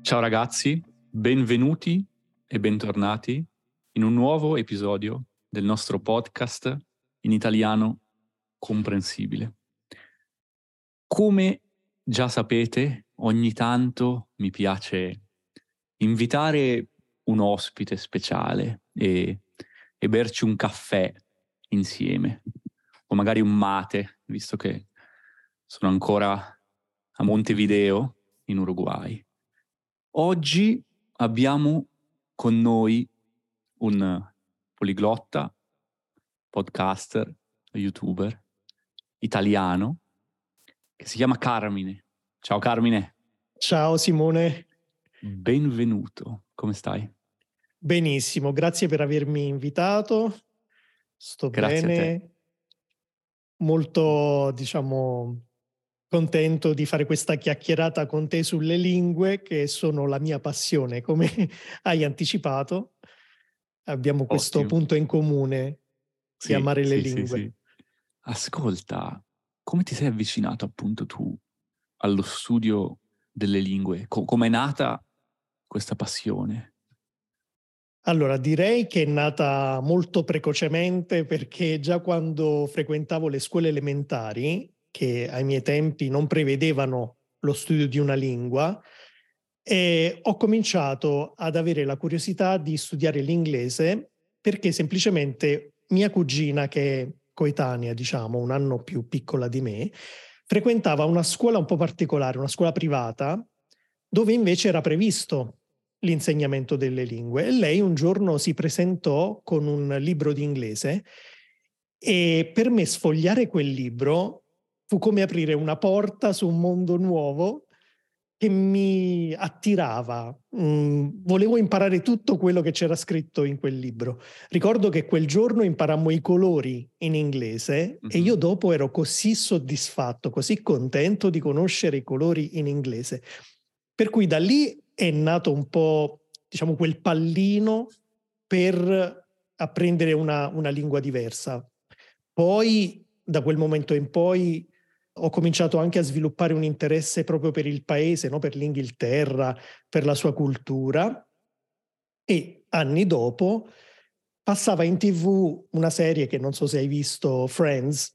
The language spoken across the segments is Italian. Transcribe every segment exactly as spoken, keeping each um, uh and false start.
Ciao ragazzi, benvenuti e bentornati in un nuovo episodio del nostro podcast in italiano comprensibile. Come già sapete, ogni tanto mi piace invitare un ospite speciale e, e berci un caffè insieme, o magari un mate, visto che sono ancora a Montevideo, in Uruguay. Oggi abbiamo con noi un poliglotta, podcaster, youtuber italiano che si chiama Carmine. Ciao Carmine. Ciao Simone. Benvenuto, come stai? Benissimo, grazie per avermi invitato. Sto Grazie bene, a te. molto, diciamo, contento di fare questa chiacchierata con te sulle lingue, che sono la mia passione, come hai anticipato. Abbiamo questo Ottimo. punto in comune di Sì, amare le sì, lingue. sì, sì. Ascolta, come ti sei avvicinato appunto tu allo studio delle lingue? Co- com'è nata questa passione? Allora, direi che è nata molto precocemente, perché già quando frequentavo le scuole elementari, che ai miei tempi non prevedevano lo studio di una lingua, e ho cominciato ad avere la curiosità di studiare l'inglese, perché semplicemente mia cugina, che è coetanea, diciamo, un anno più piccola di me, frequentava una scuola un po' particolare, una scuola privata, dove invece era previsto l'insegnamento delle lingue. E lei un giorno si presentò con un libro di inglese e per me sfogliare quel libro fu come aprire una porta su un mondo nuovo che mi attirava. Mm, volevo imparare tutto quello che c'era scritto in quel libro. Ricordo che quel giorno imparammo i colori in inglese e io dopo ero così soddisfatto, così contento di conoscere i colori in inglese. Per cui da lì è nato un po', diciamo, quel pallino per apprendere una, una lingua diversa. Poi, da quel momento in poi, ho cominciato anche a sviluppare un interesse proprio per il paese, no? Per l'Inghilterra, per la sua cultura. E anni dopo passava in tivù una serie che non so se hai visto, Friends,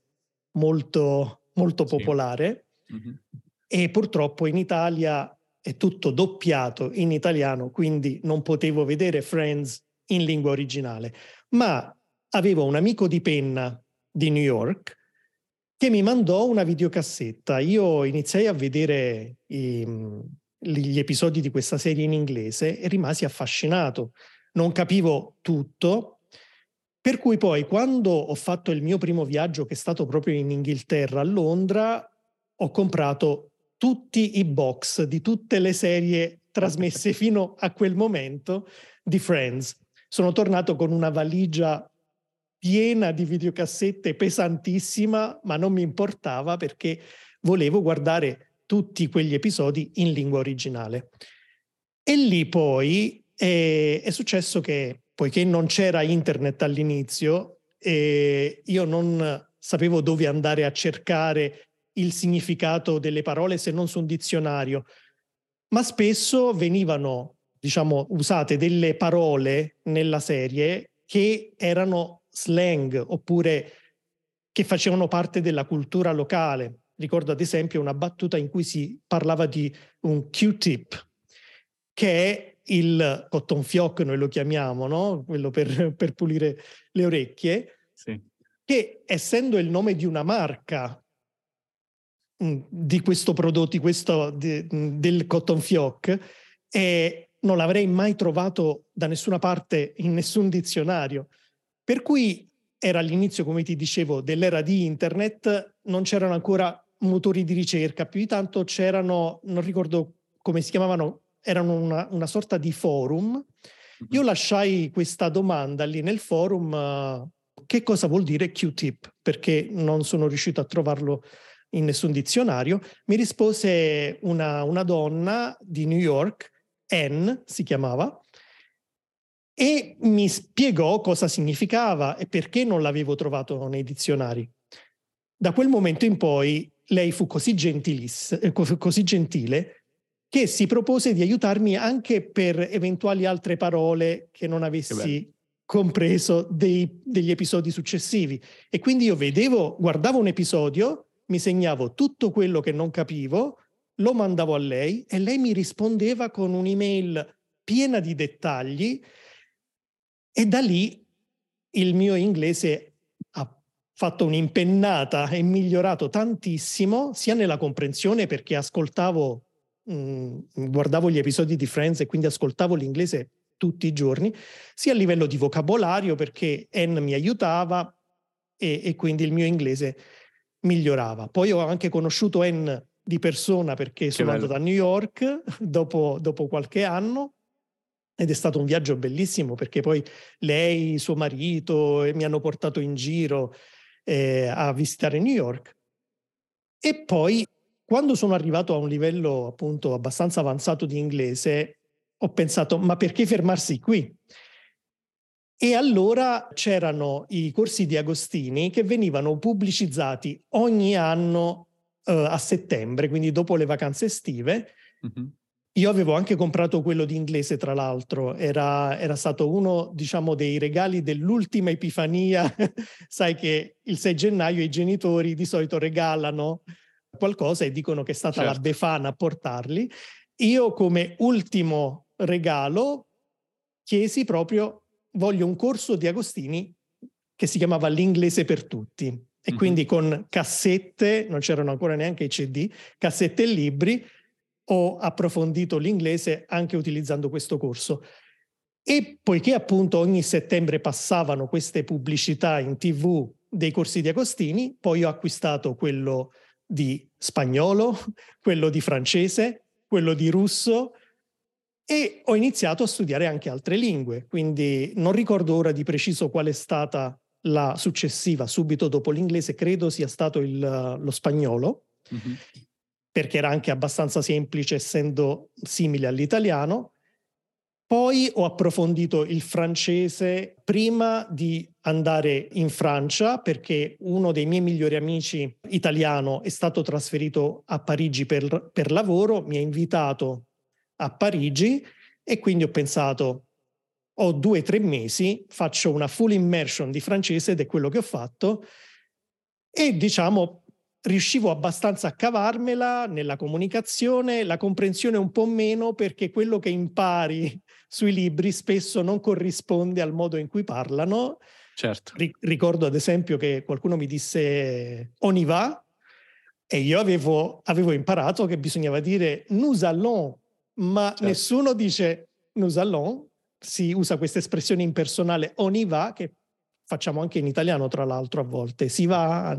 molto, molto Sì. popolare. Mm-hmm. E purtroppo in Italia è tutto doppiato in italiano, quindi non potevo vedere Friends in lingua originale. Ma avevo un amico di penna di New York che mi mandò una videocassetta. Io iniziai a vedere i, gli episodi di questa serie in inglese e rimasi affascinato. Non capivo tutto, per cui poi quando ho fatto il mio primo viaggio, che è stato proprio in Inghilterra, a Londra, ho comprato tutti i box di tutte le serie trasmesse fino a quel momento di Friends. Sono tornato con una valigia piena di videocassette, pesantissima, ma non mi importava perché volevo guardare tutti quegli episodi in lingua originale. E lì poi è, è successo che, poiché non c'era internet all'inizio, e io non sapevo dove andare a cercare il significato delle parole se non su un dizionario, ma spesso venivano, diciamo, usate delle parole nella serie che erano slang oppure che facevano parte della cultura locale. Ricordo ad esempio una battuta in cui si parlava di un Q-tip, che è il cotton fioc, noi lo chiamiamo, no? Quello per, per pulire le orecchie, Sì. che essendo il nome di una marca di questo prodotto, questo de, del cotton fioc, e non l'avrei mai trovato da nessuna parte in nessun dizionario. Per cui era all'inizio, come ti dicevo, dell'era di internet, non c'erano ancora motori di ricerca, più di tanto c'erano, non ricordo come si chiamavano, erano una, una sorta di forum. Io lasciai questa domanda lì nel forum, uh, che cosa vuol dire Q-tip? Perché non sono riuscito a trovarlo in nessun dizionario. Mi rispose una, una donna di New York, Anne si chiamava, e mi spiegò cosa significava e perché non l'avevo trovato nei dizionari. Da quel momento in poi lei fu così, gentilis, così gentile che si propose di aiutarmi anche per eventuali altre parole che non avessi compreso dei, degli episodi successivi. E quindi io vedevo, guardavo un episodio, mi segnavo tutto quello che non capivo, lo mandavo a lei e lei mi rispondeva con un'email piena di dettagli, e da lì il mio inglese ha fatto un'impennata e migliorato tantissimo, sia nella comprensione, perché ascoltavo, mh, guardavo gli episodi di Friends e quindi ascoltavo l'inglese tutti i giorni, sia a livello di vocabolario, perché Anne mi aiutava e, e quindi il mio inglese migliorava. Poi ho anche conosciuto Anne di persona, perché sono andato a New York dopo, dopo qualche anno, ed è stato un viaggio bellissimo, perché poi lei, suo marito, mi hanno portato in giro eh, a visitare New York. E poi, quando sono arrivato a un livello appunto abbastanza avanzato di inglese, ho pensato, ma perché fermarsi qui? E allora c'erano i corsi di Agostini che venivano pubblicizzati ogni anno eh, a settembre, quindi dopo le vacanze estive. Mm-hmm. Io avevo anche comprato quello di inglese, tra l'altro, era, era stato uno, diciamo, dei regali dell'ultima Epifania. Sai che il sei gennaio i genitori di solito regalano qualcosa e dicono che è stata certo. la Befana a portarli. Io, come ultimo regalo, chiesi proprio, voglio un corso di Agostini che si chiamava L'inglese per tutti. E mm-hmm. quindi con cassette, non c'erano ancora neanche i C D, cassette e libri, ho approfondito l'inglese anche utilizzando questo corso. E poiché appunto ogni settembre passavano queste pubblicità in tivù dei corsi di Agostini, poi ho acquistato quello di spagnolo, quello di francese, quello di russo, e ho iniziato a studiare anche altre lingue. Quindi non ricordo ora di preciso qual è stata la successiva, subito dopo l'inglese, credo sia stato il, lo spagnolo. Mm-hmm. Perché era anche abbastanza semplice, essendo simile all'italiano. Poi ho approfondito il francese prima di andare in Francia, perché uno dei miei migliori amici italiano è stato trasferito a Parigi per, per lavoro, mi ha invitato a Parigi e quindi ho pensato, ho due o tre mesi, faccio una full immersion di francese, ed è quello che ho fatto, e diciamo riuscivo abbastanza a cavarmela nella comunicazione, la comprensione un po' meno, perché quello che impari sui libri spesso non corrisponde al modo in cui parlano. Certo. Ri- ricordo ad esempio che qualcuno mi disse on y va, e io avevo, avevo imparato che bisognava dire nous allons, ma certo. nessuno dice nous allons, si usa questa espressione impersonale on y va, che facciamo anche in italiano tra l'altro a volte, si va.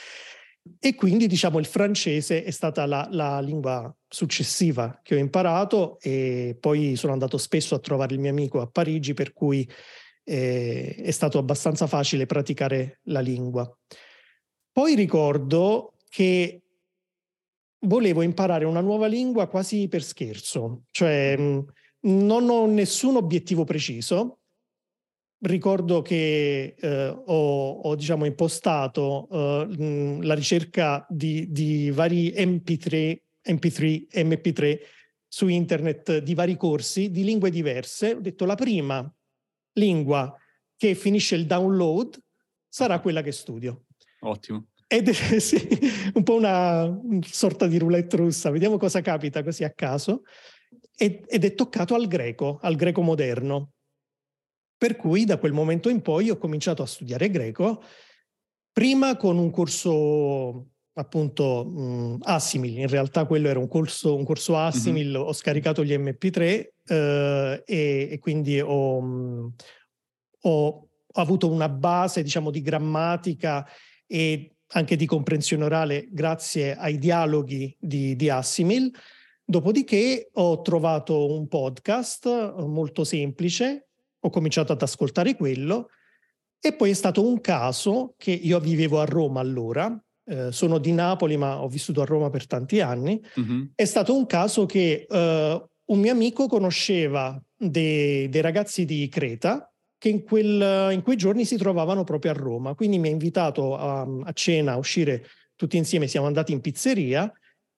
E quindi diciamo il francese è stata la, la lingua successiva che ho imparato, e poi sono andato spesso a trovare il mio amico a Parigi, per cui eh, è stato abbastanza facile praticare la lingua. Poi ricordo che volevo imparare una nuova lingua quasi per scherzo, cioè mh, non ho nessun obiettivo preciso. Ricordo che eh, ho, ho diciamo impostato eh, mh, la ricerca di, di vari M P tre, M P tre, M P tre su internet, di vari corsi di lingue diverse. Ho detto la prima lingua che finisce il download sarà quella che studio. Ottimo. Ed è sì, un po' una, una sorta di roulette russa, vediamo cosa capita così a caso. Ed, ed è toccato al greco, al greco moderno. Per cui da quel momento in poi ho cominciato a studiare greco, prima con un corso appunto mh, Assimil. In realtà quello era un corso, un corso Assimil, mm-hmm. ho scaricato gli M P tre eh, e, e quindi ho, mh, ho, ho avuto una base, diciamo, di grammatica e anche di comprensione orale grazie ai dialoghi di, di Assimil. Dopodiché ho trovato un podcast molto semplice, ho cominciato ad ascoltare quello, e poi è stato un caso che io vivevo a Roma allora, eh, sono di Napoli ma ho vissuto a Roma per tanti anni, mm-hmm. è stato un caso che eh, un mio amico conosceva dei, dei ragazzi di Creta che in, quel, in quei giorni si trovavano proprio a Roma, quindi mi ha invitato a, a cena, a uscire tutti insieme, siamo andati in pizzeria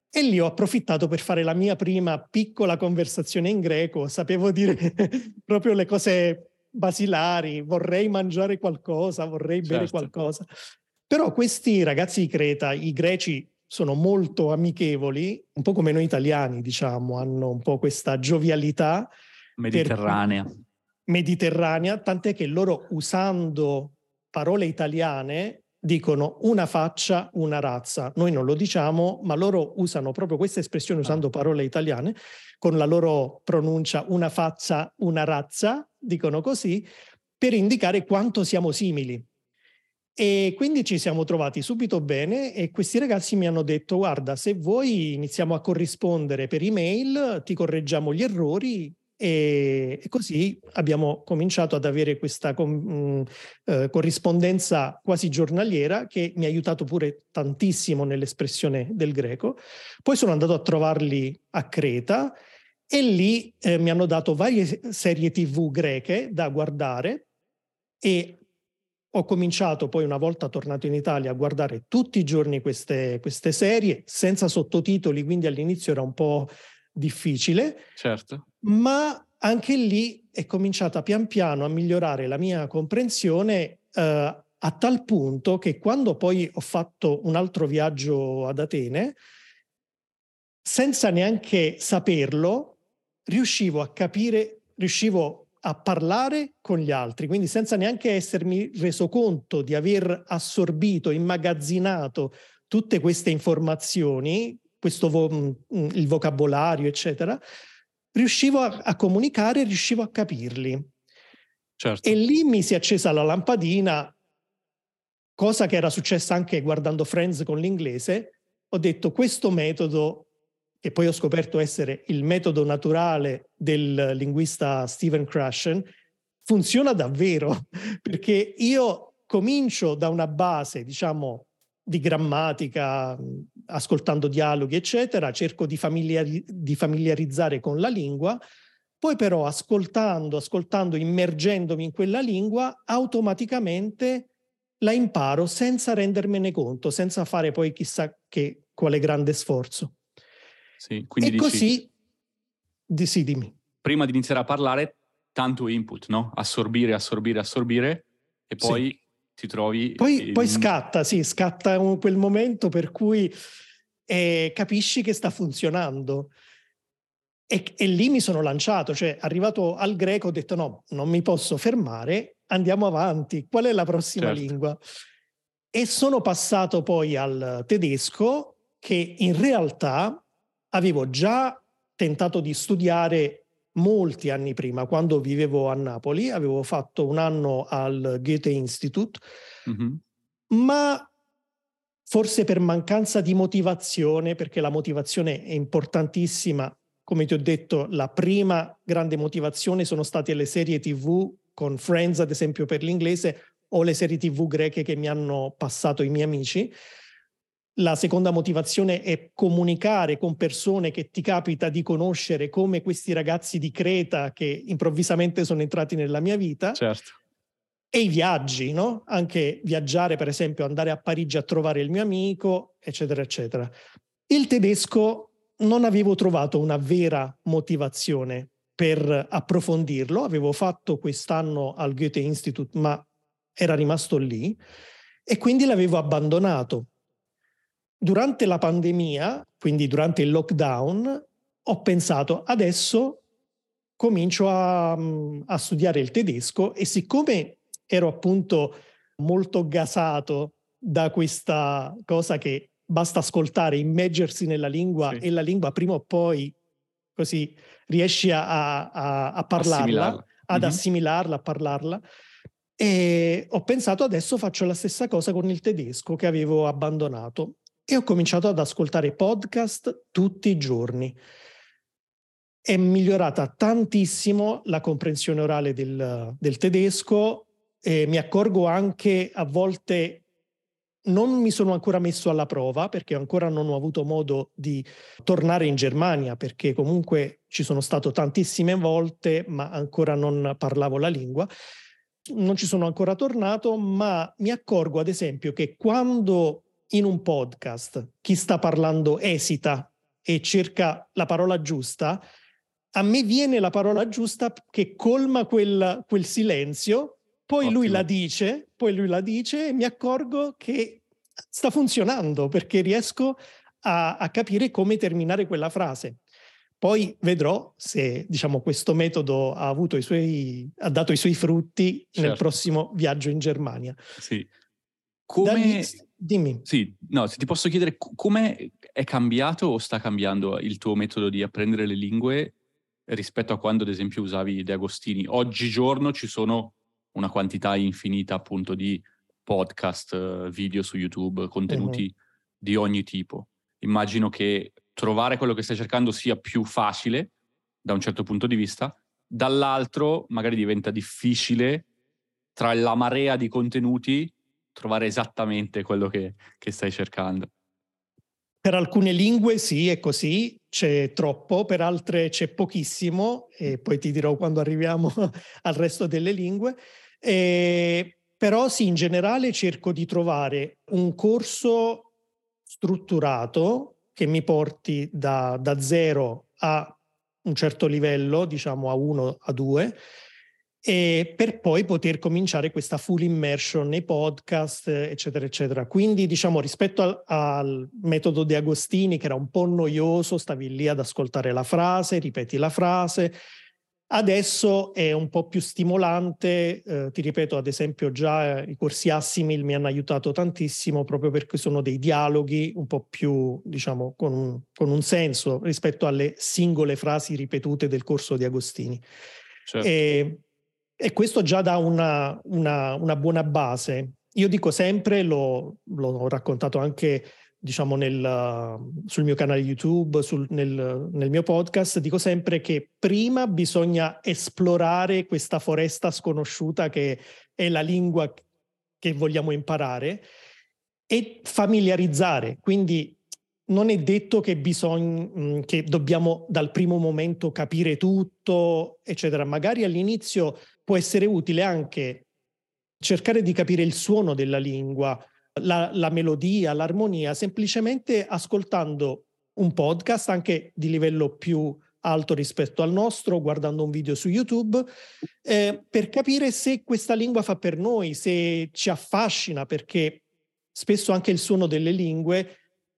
E lì ho approfittato per fare la mia prima piccola conversazione in greco. Sapevo dire proprio le cose basilari, vorrei mangiare qualcosa, vorrei bere Certo. qualcosa. Però questi ragazzi di Creta, i greci, sono molto amichevoli, un po' come noi italiani, diciamo, hanno un po' questa giovialità Mediterranea. per- mediterranea, tant'è che loro, usando parole italiane, dicono una faccia, una razza. Noi non lo diciamo, ma loro usano proprio questa espressione usando Ah. parole italiane, con la loro pronuncia una faccia, una razza, dicono così, per indicare quanto siamo simili. E quindi ci siamo trovati subito bene e questi ragazzi mi hanno detto: guarda, se vuoi iniziamo a corrispondere per email, ti correggiamo gli errori. E, e così abbiamo cominciato ad avere questa com, mh, eh, corrispondenza quasi giornaliera, che mi ha aiutato pure tantissimo nell'espressione del greco. Poi sono andato a trovarli a Creta e lì eh, mi hanno dato varie serie tivù greche da guardare e ho cominciato poi, una volta tornato in Italia, a guardare tutti i giorni queste, queste serie senza sottotitoli, quindi all'inizio era un po' difficile. Certo. Ma anche lì è cominciata pian piano a migliorare la mia comprensione, eh, a tal punto che quando poi ho fatto un altro viaggio ad Atene, senza neanche saperlo, riuscivo a capire, riuscivo a parlare con gli altri, quindi senza neanche essermi reso conto di aver assorbito, immagazzinato tutte queste informazioni, questo vo- il vocabolario, eccetera, riuscivo a, a comunicare, riuscivo a capirli. Certo. E lì mi si è accesa la lampadina, cosa che era successa anche guardando Friends con l'inglese. Ho detto: questo metodo, che poi ho scoperto essere il metodo naturale del linguista Stephen Krashen, funziona davvero, perché io comincio da una base, diciamo, di grammatica, ascoltando dialoghi, eccetera, cerco di, familiari- di familiarizzare con la lingua, poi però ascoltando, ascoltando, immergendomi in quella lingua, automaticamente la imparo senza rendermene conto, senza fare poi chissà che quale grande sforzo. Sì, quindi E dici, così, di, sì, dimmi. prima di iniziare a parlare, tanto input, no? Assorbire, assorbire, assorbire, e poi Sì. ti trovi... Poi, poi il- scatta, sì, scatta un, quel momento per cui eh, capisci che sta funzionando. E, e lì mi sono lanciato, cioè arrivato al greco ho detto: no, non mi posso fermare, andiamo avanti, qual è la prossima Certo. lingua? E sono passato poi al tedesco, che in realtà avevo già tentato di studiare molti anni prima. Quando vivevo a Napoli avevo fatto un anno al Goethe Institut, Mhm. ma forse per mancanza di motivazione, perché la motivazione è importantissima. Come ti ho detto, la prima grande motivazione sono state le serie tivù, con Friends ad esempio per l'inglese, o le serie tivù greche che mi hanno passato i miei amici. La seconda motivazione è comunicare con persone che ti capita di conoscere, come questi ragazzi di Creta che improvvisamente sono entrati nella mia vita. Certo. E i viaggi, no? Anche viaggiare, per esempio, andare a Parigi a trovare il mio amico, eccetera, eccetera. Il tedesco non avevo trovato una vera motivazione per approfondirlo. Avevo fatto quest'anno al Goethe Institut, ma era rimasto lì e quindi l'avevo abbandonato. Durante la pandemia, quindi durante il lockdown, ho pensato: adesso comincio a, a studiare il tedesco, e siccome ero appunto molto gasato da questa cosa che basta ascoltare, immergersi nella lingua, Sì. e la lingua prima o poi così riesci a, a, a parlarla, Assimilarla. ad Mhm. assimilarla, a parlarla. E ho pensato: adesso faccio la stessa cosa con il tedesco che avevo abbandonato, e ho cominciato ad ascoltare podcast tutti i giorni. È migliorata tantissimo la comprensione orale del, del tedesco, e mi accorgo anche, a volte non mi sono ancora messo alla prova perché ancora non ho avuto modo di tornare in Germania, perché comunque ci sono stato tantissime volte ma ancora non parlavo la lingua. Non ci sono ancora tornato, ma mi accorgo ad esempio che quando in un podcast chi sta parlando esita e cerca la parola giusta, a me viene la parola giusta che colma quel, quel silenzio, poi Ottimo. lui la dice, poi lui la dice e mi accorgo che sta funzionando perché riesco a, a capire come terminare quella frase. Poi vedrò se, diciamo, questo metodo ha avuto i suoi, ha dato i suoi frutti Certo. nel prossimo viaggio in Germania. Sì. Come... Dagli... Dimmi. Sì, no, se ti posso chiedere come è cambiato o sta cambiando il tuo metodo di apprendere le lingue rispetto a quando, ad esempio, usavi De Agostini. Oggigiorno ci sono una quantità infinita, appunto, di podcast, video su YouTube, contenuti uh-huh. di ogni tipo. Immagino che trovare quello che stai cercando sia più facile da un certo punto di vista, dall'altro magari diventa difficile tra la marea di contenuti trovare esattamente quello che, che stai cercando. Per alcune lingue sì, è così, c'è troppo, per altre c'è pochissimo, e poi ti dirò quando arriviamo al resto delle lingue. E, però sì, in generale cerco di trovare un corso strutturato che mi porti da, da zero a un certo livello, diciamo a uno, a due, e per poi poter cominciare questa full immersion nei podcast, eccetera, eccetera. Quindi, diciamo, rispetto al, al metodo De Agostini, che era un po' noioso, stavi lì ad ascoltare la frase, ripeti la frase, adesso è un po' più stimolante. Eh, ti ripeto, ad esempio, già i corsi Assimil mi hanno aiutato tantissimo proprio perché sono dei dialoghi un po' più, diciamo, con un, con un senso rispetto alle singole frasi ripetute del corso di Agostini. Certo. E, E questo già dà una, una, una buona base. Io dico sempre, l'ho, l'ho raccontato anche, diciamo, nel, sul mio canale YouTube, sul, nel, nel mio podcast, dico sempre che prima bisogna esplorare questa foresta sconosciuta che è la lingua che vogliamo imparare e familiarizzare. Quindi non è detto che bisogna, che dobbiamo dal primo momento capire tutto, eccetera. Magari all'inizio può essere utile anche cercare di capire il suono della lingua, la, la melodia, l'armonia, semplicemente ascoltando un podcast anche di livello più alto rispetto al nostro, guardando un video su YouTube, eh, per capire se questa lingua fa per noi, se ci affascina, perché spesso anche il suono delle lingue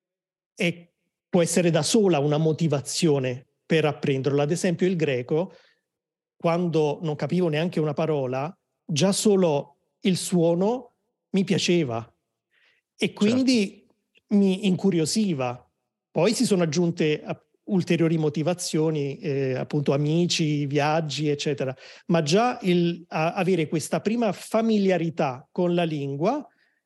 è, può essere da sola una motivazione per apprenderlo. Ad esempio il greco, quando non capivo neanche una parola, già solo il suono mi piaceva e quindi certo. mi incuriosiva. Poi si sono aggiunte ulteriori motivazioni, eh, appunto amici, viaggi, eccetera. Ma già il, a, avere questa prima familiarità con la lingua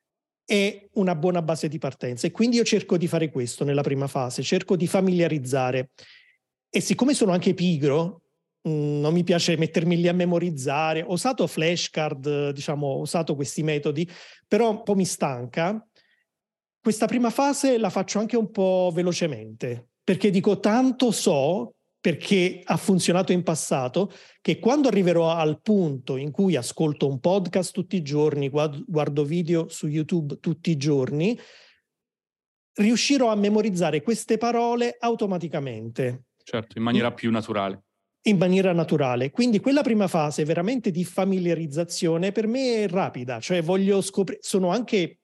è una buona base di partenza. E quindi io cerco di fare questo nella prima fase, cerco di familiarizzare. E siccome sono anche pigro, non mi piace mettermi lì a memorizzare, ho usato flashcard, diciamo, ho usato questi metodi, però un po' mi stanca. Questa prima fase la faccio anche un po' velocemente, perché dico tanto so, perché ha funzionato in passato, che quando arriverò al punto in cui ascolto un podcast tutti i giorni, guardo video su YouTube tutti i giorni, riuscirò a memorizzare queste parole automaticamente. Certo, in maniera più naturale. In maniera naturale. Quindi quella prima fase veramente di familiarizzazione per me è rapida, cioè voglio scoprire, sono anche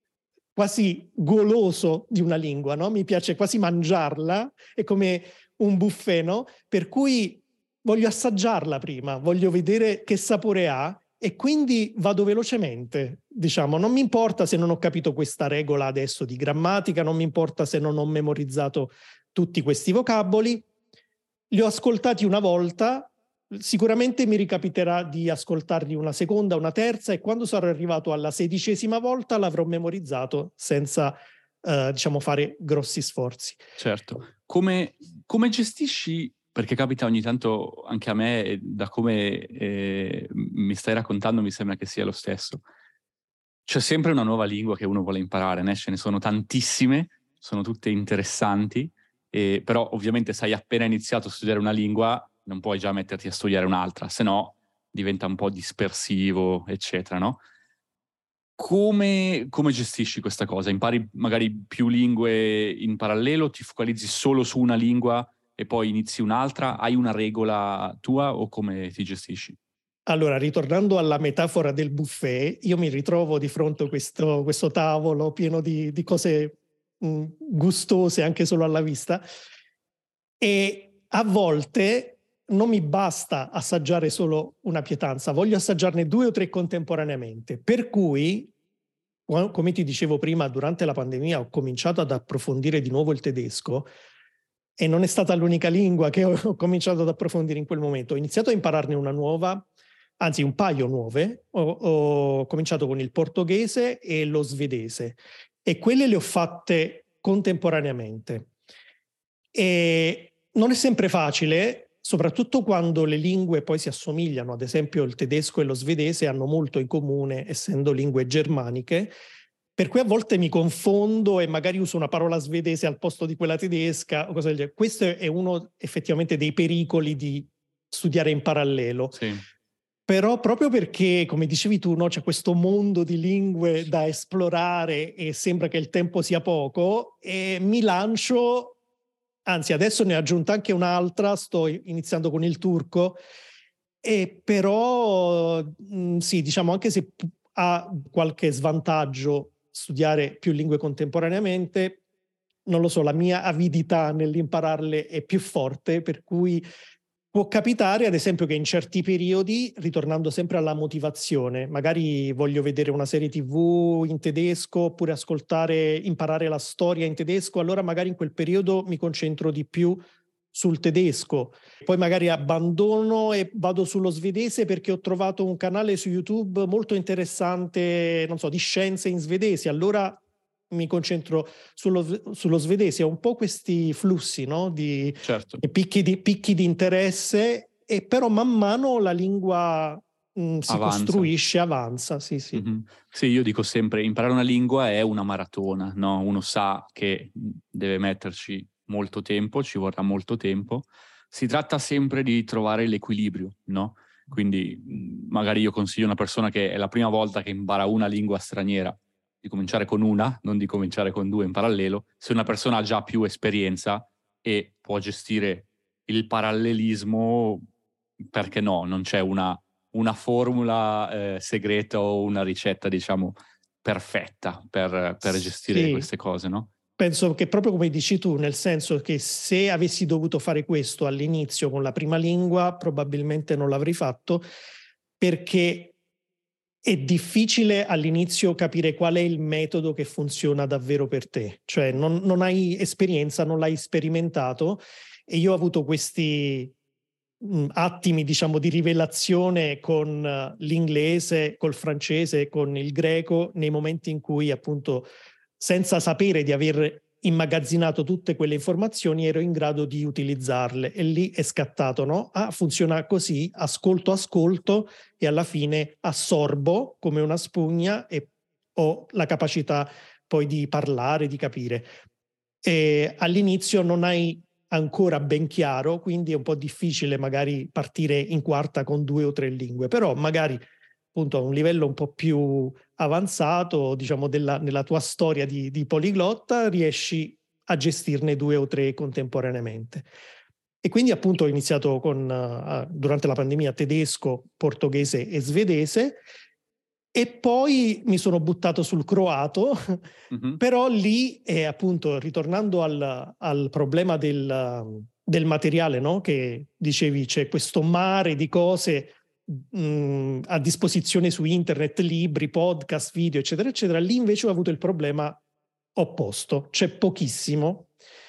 quasi goloso di una lingua, no? Mi piace quasi mangiarla, è come un buffet, no? Per cui voglio assaggiarla prima, voglio vedere che sapore ha e quindi vado velocemente, diciamo, non mi importa se non ho capito questa regola adesso di grammatica, non mi importa se non ho memorizzato tutti questi vocaboli, li ho ascoltati una volta, sicuramente mi ricapiterà di ascoltarli una seconda, una terza e quando sarò arrivato alla sedicesima volta l'avrò memorizzato senza, eh, diciamo, fare grossi sforzi. Certo. Come, come gestisci, perché capita ogni tanto anche a me, e da come eh, mi stai raccontando mi sembra che sia lo stesso. C'è sempre una nuova lingua che uno vuole imparare, né? Ce ne sono tantissime, sono tutte interessanti, e, però ovviamente se hai appena iniziato a studiare una lingua non puoi già metterti a studiare un'altra, se no diventa un po' dispersivo, eccetera, no? Come, come gestisci questa cosa? Impari magari più lingue in parallelo, ti focalizzi solo su una lingua e poi inizi un'altra? Hai una regola tua o come ti gestisci? Allora, ritornando alla metafora del buffet, io mi ritrovo di fronte a questo, questo tavolo pieno di, di cose mh, gustose anche solo alla vista, e a volte non mi basta assaggiare solo una pietanza, voglio assaggiarne due o tre contemporaneamente. Per cui, come ti dicevo prima, durante la pandemia ho cominciato ad approfondire di nuovo il tedesco, e non è stata l'unica lingua che ho cominciato ad approfondire in quel momento. Ho iniziato a impararne una nuova, anzi un paio nuove. Ho, ho cominciato con il portoghese e lo svedese, e quelle le ho fatte contemporaneamente. E non è sempre facile, soprattutto quando le lingue poi si assomigliano. Ad esempio il tedesco e lo svedese hanno molto in comune, essendo lingue germaniche, per cui a volte mi confondo e magari uso una parola svedese al posto di quella tedesca o cose del genere. Questo è uno effettivamente dei pericoli di studiare in parallelo. Sì. Però proprio perché, come dicevi tu, no, c'è questo mondo di lingue da esplorare e sembra che il tempo sia poco, e mi lancio, anzi adesso ne ho aggiunta anche un'altra, sto iniziando con il turco, e però mh, sì, diciamo, anche se ha qualche svantaggio studiare più lingue contemporaneamente, non lo so, la mia avidità nell'impararle è più forte, per cui può capitare, ad esempio, che in certi periodi, ritornando sempre alla motivazione, magari voglio vedere una serie tivù in tedesco oppure ascoltare, imparare la storia in tedesco, allora magari in quel periodo mi concentro di più sul tedesco. Poi magari abbandono e vado sullo svedese perché ho trovato un canale su YouTube molto interessante, non so, di scienze in svedese, allora mi concentro sullo, sullo svedese. Ho un po' questi flussi, no? Di, Certo. di picchi di picchi di interesse, e però man mano la lingua mh, si Avanza. costruisce, avanza, sì, sì. Mm-hmm. Sì, io dico sempre, imparare una lingua è una maratona, no? Uno sa che deve metterci molto tempo, ci vorrà molto tempo. Si tratta sempre di trovare l'equilibrio, no? Quindi magari io consiglio a una persona che è la prima volta che impara una lingua straniera di cominciare con una, non di cominciare con due in parallelo. Se una persona ha già più esperienza e può gestire il parallelismo, perché no? Non c'è una, una formula eh, segreta o una ricetta, diciamo, perfetta per, per gestire Sì. queste cose, no? Penso che proprio come dici tu, nel senso che se avessi dovuto fare questo all'inizio con la prima lingua, probabilmente non l'avrei fatto, perché è difficile all'inizio capire qual è il metodo che funziona davvero per te. Cioè non, non hai esperienza, non l'hai sperimentato, e io ho avuto questi mh, attimi, diciamo, di rivelazione con uh, l'inglese, col francese, con il greco, nei momenti in cui appunto, senza sapere di aver immagazzinato tutte quelle informazioni, ero in grado di utilizzarle, e lì è scattato, no? Ah, funziona così, ascolto, ascolto, e alla fine assorbo come una spugna e ho la capacità poi di parlare, di capire. E all'inizio non hai ancora ben chiaro, quindi è un po' difficile magari partire in quarta con due o tre lingue, però magari appunto a un livello un po' più avanzato, diciamo, della, nella tua storia di, di poliglotta, riesci a gestirne due o tre contemporaneamente. E quindi appunto ho iniziato con, uh, durante la pandemia, tedesco, portoghese e svedese, e poi mi sono buttato sul croato, mm-hmm. Però lì, è appunto, ritornando al, al problema del, del materiale, no? Che dicevi, c'è questo mare di cose mh, a disposizione su internet, libri, podcast, video, eccetera, eccetera. Lì invece ho avuto il problema opposto, c'è pochissimo.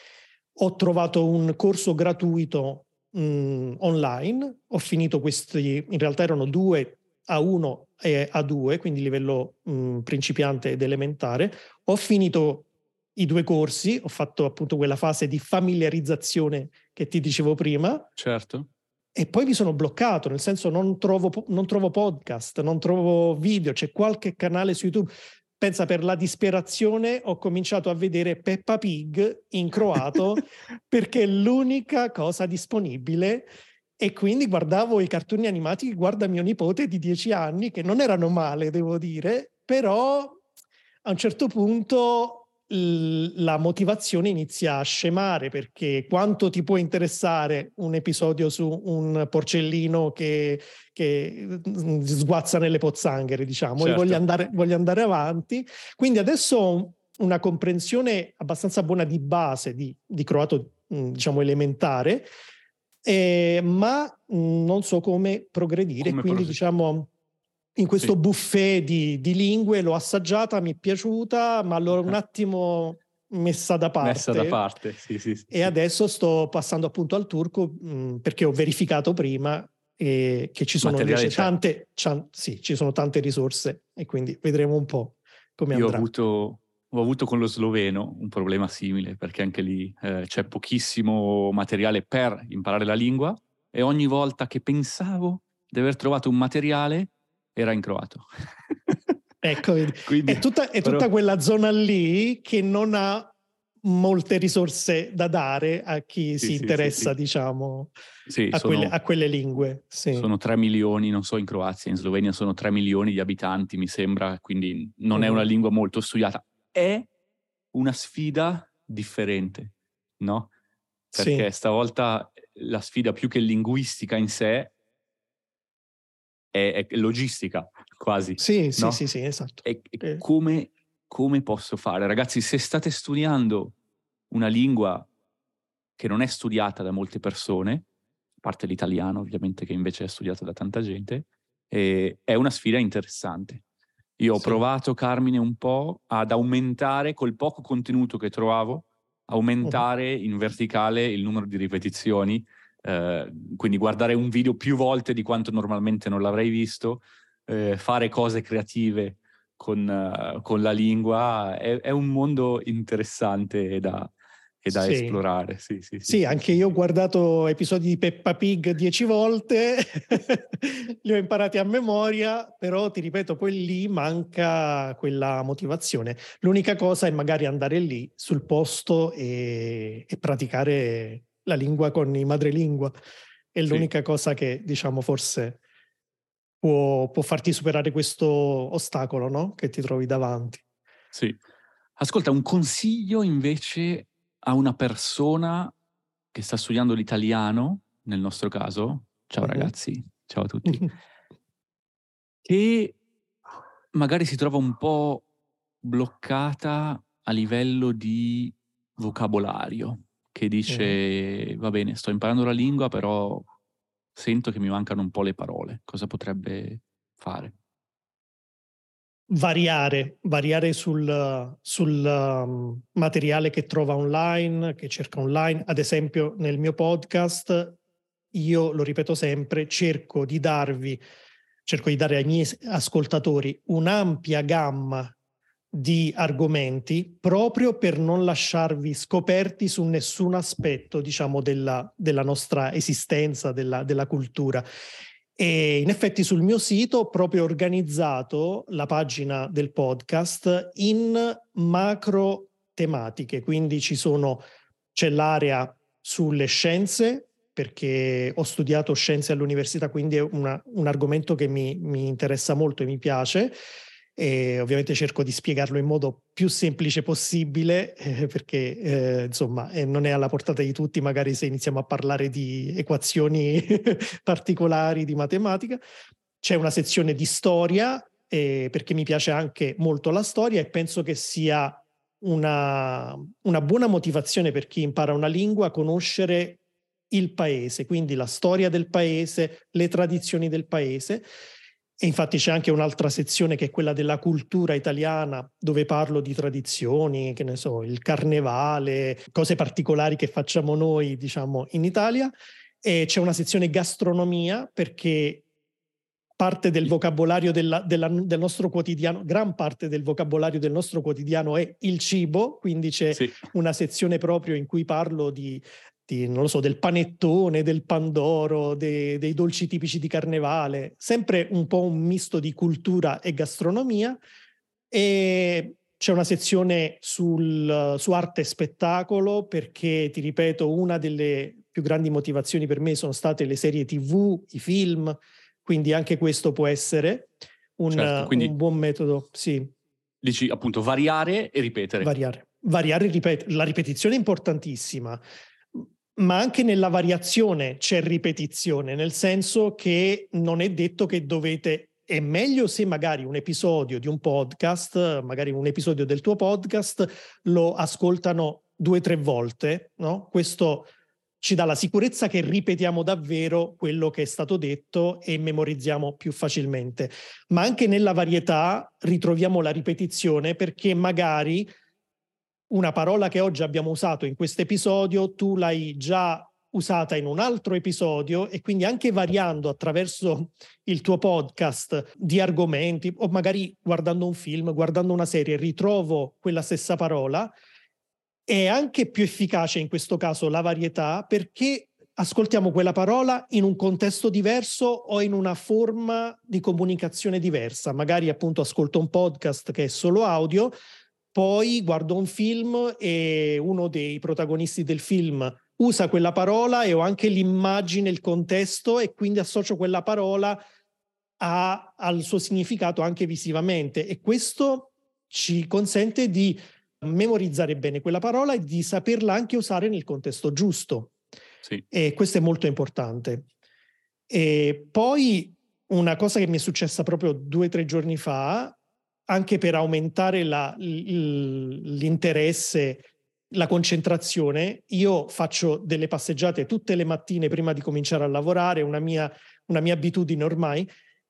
Ho trovato un corso gratuito mh, online, ho finito questi, in realtà erano due, A uno e A due, quindi livello mh, principiante ed elementare. Ho finito i due corsi, ho fatto appunto quella fase di familiarizzazione che ti dicevo prima. Certo. E poi mi sono bloccato, nel senso non trovo, non trovo podcast, non trovo video, c'è qualche canale su YouTube. Pensa, per la disperazione ho cominciato a vedere Peppa Pig in croato perché è l'unica cosa disponibile, e quindi guardavo i cartoni animati che guarda mio nipote di dieci anni, che non erano male, devo dire, però a un certo punto la motivazione inizia a scemare, perché quanto ti può interessare un episodio su un porcellino che, che sguazza nelle pozzanghere, diciamo, certo. e voglio andare, voglio andare avanti. Quindi adesso ho una comprensione abbastanza buona di base di, di croato, diciamo elementare, eh, ma non so come progredire, Come quindi prog- diciamo in questo sì. buffet di, di lingue l'ho assaggiata, mi è piaciuta, ma l'ho un attimo messa da parte. Messa da parte, sì, sì, sì. E adesso sto passando appunto al turco, mh, perché ho verificato prima eh, che ci sono Materiale invece c'è. tante, c'han, sì, ci sono tante risorse, e quindi vedremo un po' come Io ho andrà. avuto, ho avuto con lo sloveno un problema simile, perché anche lì eh, c'è pochissimo materiale per imparare la lingua, e ogni volta che pensavo di aver trovato un materiale era in croato. Ecco, vedi. Quindi, È tutta, è però, tutta quella zona lì che non ha molte risorse da dare a chi sì, si sì, sì, interessa, sì. diciamo, Sì, a, sono, quelle, a quelle lingue. Sì. sono tre milioni, non so in Croazia, in Slovenia sono tre milioni di abitanti, mi sembra, quindi non è una Uh-huh. lingua molto studiata. È una sfida differente, no? Perché Sì. stavolta la sfida, più che linguistica in sé, è, è logistica, quasi, Sì, sì, no? sì, sì, esatto. E, e Eh. come, come posso fare? Ragazzi, se state studiando una lingua che non è studiata da molte persone, a parte l'italiano ovviamente, che invece è studiato da tanta gente, eh, è una sfida interessante. Io ho Sì. provato, Carmine, un po' ad aumentare, col poco contenuto che trovavo, aumentare uh-huh. in verticale il numero di ripetizioni, eh, quindi guardare un video più volte di quanto normalmente non l'avrei visto, eh, fare cose creative con, uh, con la lingua. È, è un mondo interessante da, e da Sì. esplorare. Sì, sì, sì, sì, sì, anche sì, io sì. ho guardato episodi di Peppa Pig dieci volte, li ho imparati a memoria, però ti ripeto, poi lì manca quella motivazione. L'unica cosa è magari andare lì sul posto e, e praticare la lingua con i madrelingua. È l'unica Sì. cosa che, diciamo, forse può, può farti superare questo ostacolo, no? Che ti trovi davanti. Sì. Ascolta, un consiglio invece a una persona che sta studiando l'italiano, nel nostro caso, ciao Uh-huh. ragazzi, ciao a tutti, che magari si trova un po' bloccata a livello di vocabolario, che dice, uh-huh. va bene, sto imparando la lingua, però sento che mi mancano un po' le parole. Cosa potrebbe fare? Variare, variare sul, sul um, materiale che trova online, che cerca online. Ad esempio, nel mio podcast, io lo ripeto sempre, cerco di darvi, cerco di dare ai miei ascoltatori un'ampia gamma di argomenti proprio per non lasciarvi scoperti su nessun aspetto, diciamo, della, della nostra esistenza, della, della cultura. E in effetti sul mio sito ho proprio organizzato la pagina del podcast in macro tematiche, quindi ci sono, c'è l'area sulle scienze, perché ho studiato scienze all'università, quindi è una, un argomento che mi, mi interessa molto e mi piace. E ovviamente cerco di spiegarlo in modo più semplice possibile, eh, perché eh, insomma eh, non è alla portata di tutti, magari se iniziamo a parlare di equazioni particolari di matematica. C'è una sezione di storia, eh, perché mi piace anche molto la storia, e penso che sia una, una buona motivazione per chi impara una lingua conoscere il paese, quindi la storia del paese, le tradizioni del paese. E infatti c'è anche un'altra sezione che è quella della cultura italiana, dove parlo di tradizioni, che ne so, il carnevale, cose particolari che facciamo noi, diciamo, in Italia. E c'è una sezione gastronomia, perché parte del vocabolario della, della, del nostro quotidiano, gran parte del vocabolario del nostro quotidiano è il cibo, quindi c'è sì. una sezione proprio in cui parlo di, di, non lo so, del panettone, del pandoro, dei, dei dolci tipici di carnevale, sempre un po' un misto di cultura e gastronomia. E c'è una sezione sul, su arte e spettacolo, perché, ti ripeto, una delle più grandi motivazioni per me sono state le serie tivù, i film, quindi anche questo può essere un, certo, quindi un buon metodo, sì. Dici appunto variare e ripetere. Variare, variare e ripetere. La ripetizione è importantissima, ma anche nella variazione c'è ripetizione, nel senso che non è detto che dovete... È meglio se magari un episodio di un podcast, magari un episodio del tuo podcast, lo ascoltano due o tre volte, no? Questo ci dà la sicurezza che ripetiamo davvero quello che è stato detto e memorizziamo più facilmente. Ma anche nella varietà ritroviamo la ripetizione, perché magari una parola che oggi abbiamo usato in questo episodio tu l'hai già usata in un altro episodio, e quindi anche variando attraverso il tuo podcast di argomenti, o magari guardando un film, guardando una serie, ritrovo quella stessa parola. È anche più efficace in questo caso la varietà, perché ascoltiamo quella parola in un contesto diverso o in una forma di comunicazione diversa. Magari appunto ascolto un podcast che è solo audio, poi guardo un film e uno dei protagonisti del film usa quella parola e ho anche l'immagine, il contesto, e quindi associo quella parola a, al suo significato anche visivamente, e questo ci consente di memorizzare bene quella parola e di saperla anche usare nel contesto giusto. Sì. E questo è molto importante. E poi una cosa che mi è successa proprio due o tre giorni fa, anche per aumentare la, l'interesse, la concentrazione, io faccio delle passeggiate tutte le mattine prima di cominciare a lavorare, una mia, una mia abitudine ormai,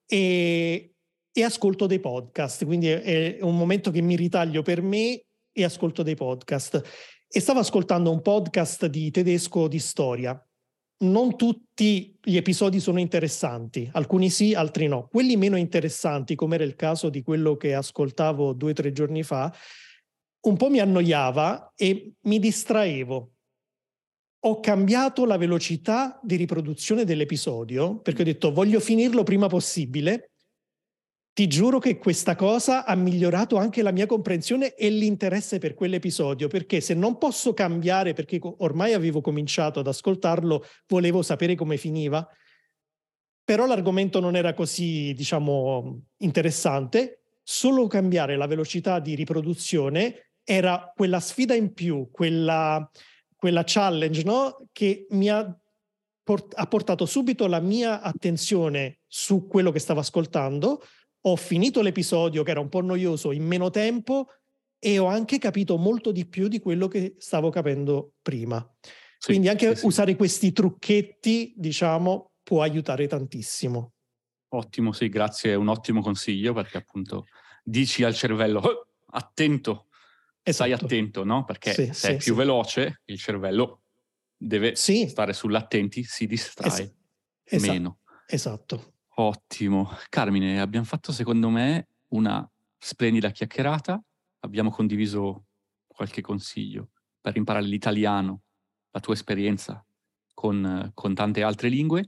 e, e ascolto dei podcast, quindi è, è un momento che mi ritaglio per me e ascolto dei podcast. E stavo ascoltando un podcast di tedesco di storia. Non tutti gli episodi sono interessanti, alcuni sì, altri no. Quelli meno interessanti, come era il caso di quello che ascoltavo due o tre giorni fa, un po' mi annoiava e mi distraevo. Ho cambiato la velocità di riproduzione dell'episodio, perché ho detto voglio finirlo prima possibile. Ti giuro che questa cosa ha migliorato anche la mia comprensione e l'interesse per quell'episodio, perché se non posso cambiare, perché ormai avevo cominciato ad ascoltarlo, volevo sapere come finiva, però l'argomento non era così, diciamo, interessante. Solo cambiare la velocità di riproduzione era quella sfida in più, quella, quella challenge, no? Che mi ha, port- ha portato subito la mia attenzione su quello che stavo ascoltando. Ho finito l'episodio, che era un po' noioso, in meno tempo, e ho anche capito molto di più di quello che stavo capendo prima. Sì, quindi anche sì, usare sì. questi trucchetti, diciamo, può aiutare tantissimo. Ottimo, sì, grazie, è un ottimo consiglio, perché appunto dici al cervello, oh, attento, esatto. Stai attento, no? Perché sì, se sì, è più sì. veloce, il cervello deve sì. stare sull'attenti, si distrae es- meno. Esatto. Ottimo. Carmine, abbiamo fatto secondo me una splendida chiacchierata, abbiamo condiviso qualche consiglio per imparare l'italiano, la tua esperienza con, con tante altre lingue.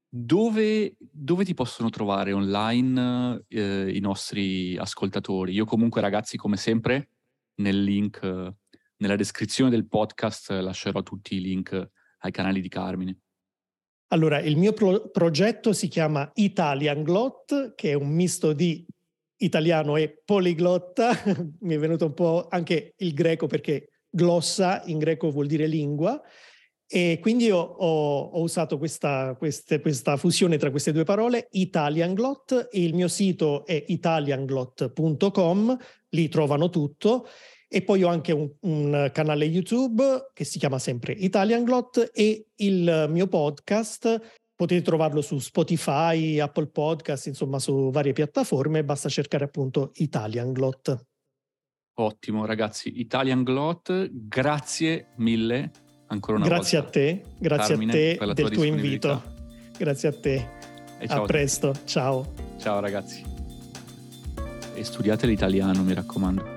Dove, dove ti possono trovare online eh, i nostri ascoltatori? Io comunque, ragazzi, come sempre, nel link, eh, nella descrizione del podcast lascerò tutti i link ai canali di Carmine. Allora, il mio pro- progetto si chiama Italianglot, che è un misto di italiano e poliglotta. Mi è venuto un po' anche il greco, perché glossa in greco vuol dire lingua, e quindi ho, ho, ho usato questa, queste, questa fusione tra queste due parole, Italianglot, e il mio sito è italianglot punto com, lì trovano tutto. E poi ho anche un, un canale YouTube che si chiama sempre Italianglot, e il mio podcast potete trovarlo su Spotify, Apple Podcast, insomma su varie piattaforme, basta cercare appunto Italianglot. Ottimo, ragazzi, Italianglot, grazie mille ancora una grazie volta. Grazie a te, grazie Carmine, a te per la del tua tuo invito. Grazie a te. E ciao a presto, ciao. Ciao ragazzi. E studiate l'italiano, mi raccomando.